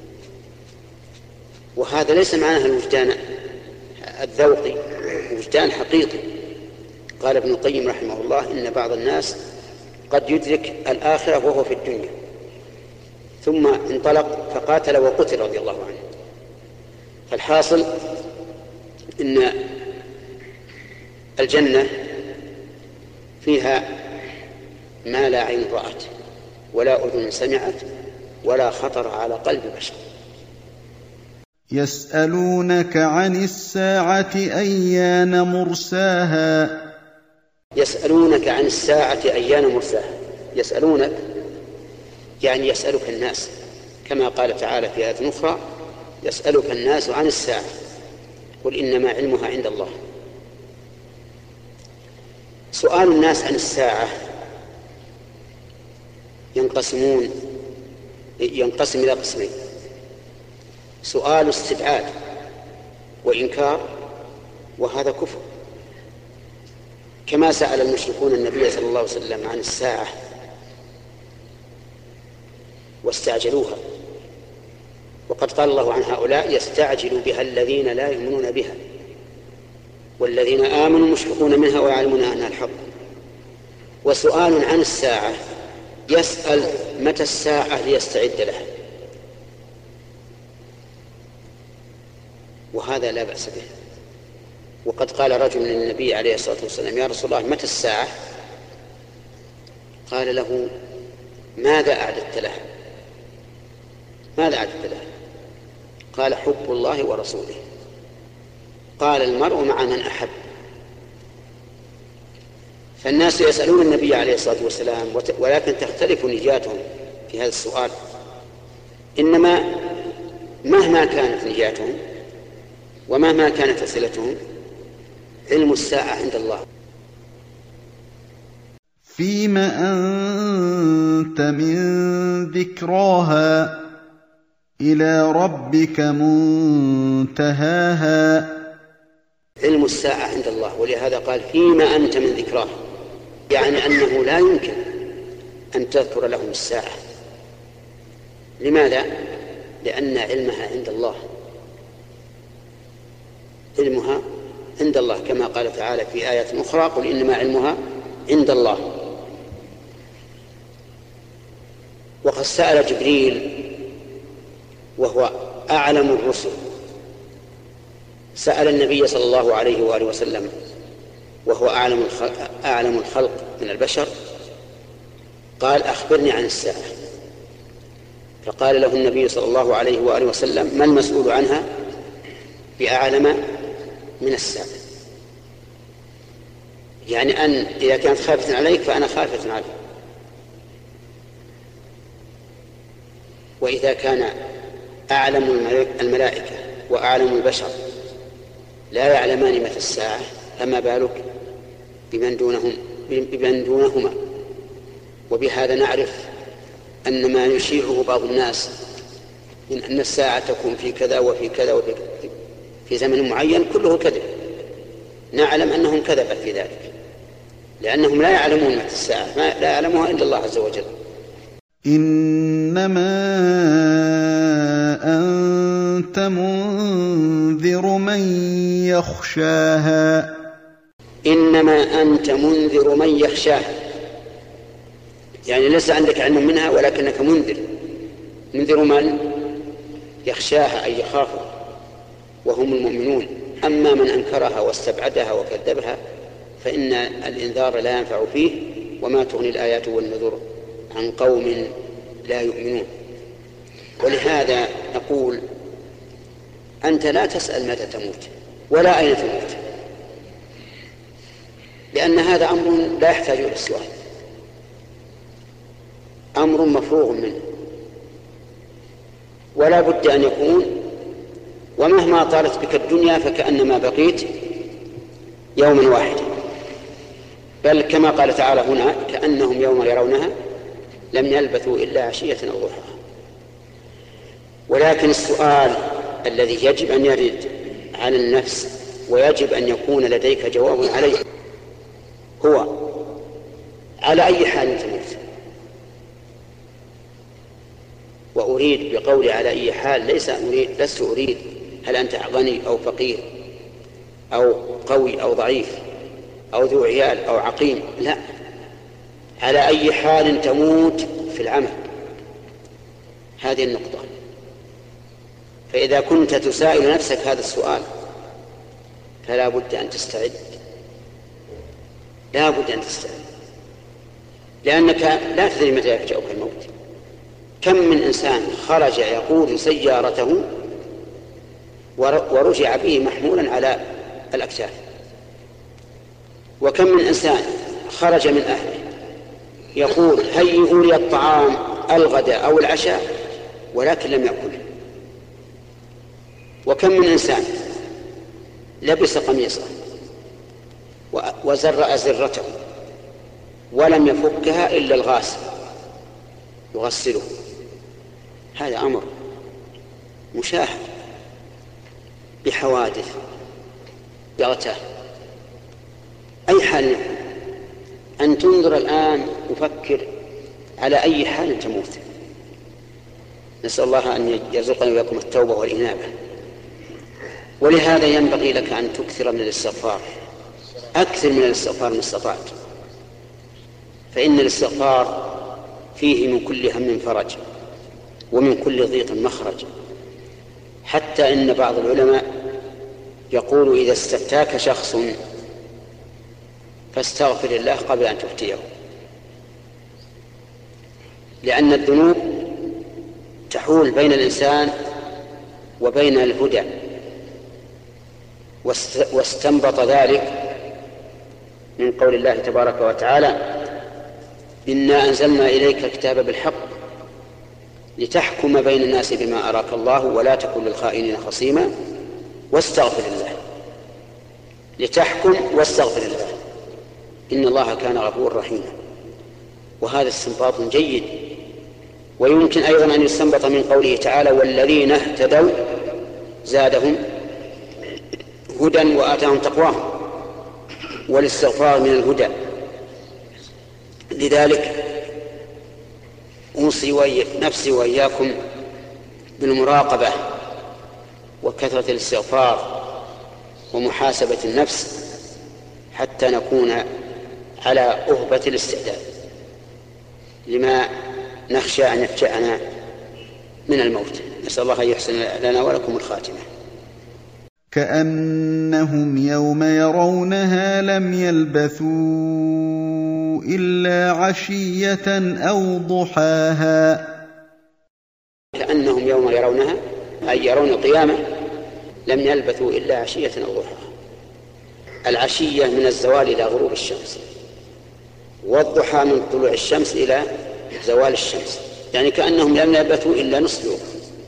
S2: وهذا ليس معناه الوجدان الذوقي، وجدان حقيقي. قال ابن القيم رحمه الله إن بعض الناس قد يدرك الآخرة وهو في الدنيا ثم انطلق فقاتل وقتل رضي الله عنه. فالحاصل إن الجنة فيها ما لا عين رأت ولا أذن سمعت ولا خطر على قلب بشر.
S1: يسألونك عن الساعة أيان مرساها.
S2: يسألونك عن الساعة أيان مرساها. يسألونك يعني يسألك الناس، كما قال تعالى في آية أخرى يسألك الناس عن الساعة قل إنما علمها عند الله. سؤال الناس عن الساعة ينقسم إلى قسمين: سؤال استبعاد وإنكار، وهذا كفر، كما سأل المشركون النبي صلى الله عليه وسلم عن الساعة واستعجلوها، وقد قال الله عن هؤلاء يستعجل بها الذين لا يؤمنون بها والذين آمنوا مشفقون منها ويعلمون أنها الحق. وسؤال عن الساعة يسأل متى الساعة ليستعد لها، وهذا لا بأس به. وقد قال رجل للنبي عليه الصلاة والسلام يا رسول الله متى الساعة؟ قال له ماذا أعددت لها؟ ماذا أعددت لها؟ قال حب الله ورسوله. قال المرء مع من أحب. فالناس يسألون النبي عليه الصلاة والسلام ولكن تختلف نياتهم في هذا السؤال. إنما مهما كانت نياتهم ومهما كانت وسيلتهم علم الساعة عند الله.
S1: فيما أنت من ذكراها إلى ربك منتهاها.
S2: علم الساعة عند الله، ولهذا قال فيما أنت من ذكراها، يعني أنه لا يمكن أن تذكر لهم الساعة. لماذا؟ لأن علمها عند الله، علمها عند الله كما قال تعالى في آية أخرى قل إنما علمها عند الله. وقد سأل جبريل وهو أعلم الرسل، سأل النبي صلى الله عليه وآله وسلم وهو أعلم الخلق من البشر، قال أخبرني عن الساعة. فقال له النبي صلى الله عليه وآله وسلم ما المسؤول عنها بأعلم من الساعة؟ يعني أن إذا كانت خافة عليك فأنا خافة عليك. وإذا كان أعلم الملائكة وأعلم البشر لا يعلمان متى الساعة، فما بالك بمن دونهما. وبهذا نعرف أن ما يشيعه بعض الناس من أن الساعة تكون في كذا وفي كذا وفي في زمن معين كله كذب، نعلم أنهم كذبت في ذلك، لأنهم لا يعلمون متى الساعة، لا يعلمها إلا الله عز وجل.
S1: إنما أنت منذر من يخشاها.
S2: إنما أنت منذر من يخشاها، يعني ليس عندك علم منها ولكنك منذر. منذر من يخشاها أي يخافها، وهم المؤمنون. أما من أنكرها واستبعدها وكذبها فإن الإنذار لا ينفع فيه، وما تغني الآيات والنذر عن قوم لا يؤمنون. ولهذا نقول أنت لا تسأل متى تموت ولا أين تموت، لأن هذا أمر لا يحتاج إلى السؤال، أمر مفروغ منه ولا بد أن يكون. ومهما طالت بك الدنيا فكأنما بقيت يوما واحدا، بل كما قال تعالى هنا كأنهم يوم يرونها لم يلبثوا إلا عشية أو ضحاها. ولكن السؤال الذي يجب أن يرد على النفس ويجب أن يكون لديك جواب عليه هو: على أي حال تموت؟ وأريد بقولي على أي حال لست أريد هل أنت غني أو فقير أو قوي أو ضعيف أو ذو عيال أو عقيم، لا، على أي حال تموت في العمل، هذه النقطة. فإذا كنت تسائل نفسك هذا السؤال فلا بد أن تستعد، لا بد أن تستعد، لأنك لا تدري متى يفجأك الموت. كم من إنسان خرج يقود سيارته ورجع به محمولا على الأكتاف، وكم من إنسان خرج من أهله يقول هيئوا لي الطعام الغداء أو العشاء ولكن لم يأكله، وكم من إنسان لبس قميصه وزر أزرته ولم يفكها إلا الغاسل يغسله. هذا أمر مشاهد بحوادث بغتة. أي حال أن تنظر الآن وفكر على أي حال تموت. نسأل الله أن يرزقنا وياكم التوبة والإنابة. ولهذا ينبغي لك أن تكثر من الاستغفار، أكثر من الاستغفار ما استطعت، فإن الاستغفار فيه من كل هم فرج ومن كل ضيق مخرج. حتى إن بعض العلماء يقول إذا استفتاك شخص فاستغفر الله قبل أن تفتيه، لأن الذنوب تحول بين الإنسان وبين الهدى، واستنبط ذلك من قول الله تبارك وتعالى إنا أنزلنا إليك الكتاب بالحق لتحكم بين الناس بما أراك الله ولا تكن للخائنين خصيما واستغفر الله. لتحكم واستغفر الله، إن الله كان غفورا رحيما. وهذا استنباط جيد. ويمكن أيضا أن يستنبط من قوله تعالى والذين اهتدوا زادهم هدى وآتاهم تقواهم، والاستغفار من الهدى. لذلك أوصي نفسي وإياكم بالمراقبة وكثرة الاستغفار ومحاسبة النفس حتى نكون على أهبة الاستعداد لما نخشى أن يفجأنا من الموت. نسأل الله أن يحسن لنا ولكم الخاتمة.
S1: كأنهم يوم يرونها لم يلبثوا إلا عشية أو ضحاها.
S2: كأنهم يوم يرونها أي يرون القيامة لم يلبثوا إلا عشية أو ضحاها. العشية من الزوال إلى غروب الشمس، والضحى من طلوع الشمس إلى زوال الشمس. يعني كأنهم لم يلبثوا إلا نصف يوم.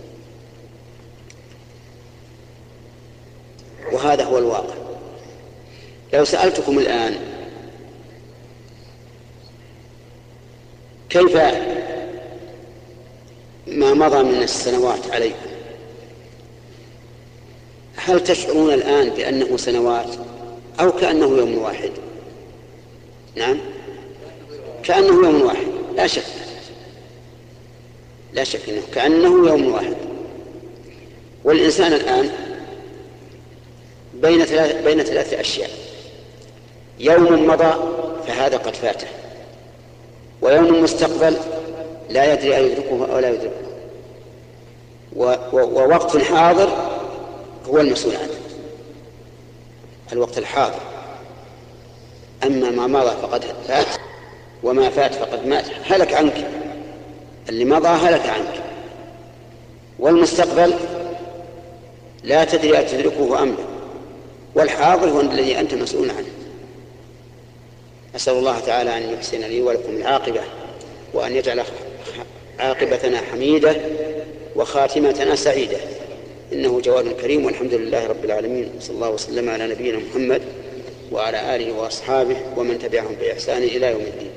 S2: وهذا هو الواقع. لو سألتكم الآن كيف ما مضى من السنوات عليكم، هل تشعرون الآن بأنه سنوات أو كأنه يوم واحد؟ نعم، كأنه يوم واحد، لا شك أنه كأنه يوم واحد. والإنسان الآن بين ثلاث أشياء: يوم مضى فهذا قد فاته، ويوم مستقبل لا يدري أن يدركه أو لا يدركه، ووقت حاضر هو المسؤول عنه، الوقت الحاضر. أما ما مضى فقد فات، وما فات فقد مات، هلك عنك. اللي مضى هلك عنك. والمستقبل لا تدري أن تدركه أم لا، والحاضر هو الذي أنت مسؤول عنه. أسأل الله تعالى أن يحسن لي ولكم العاقبة، وأن يجعل عاقبتنا حميدة وخاتمتنا سعيدة، إنه جواد كريم. والحمد لله رب العالمين، صلى الله وسلم على نبينا محمد وعلى آله وأصحابه ومن تبعهم بإحسان إلى يوم الدين.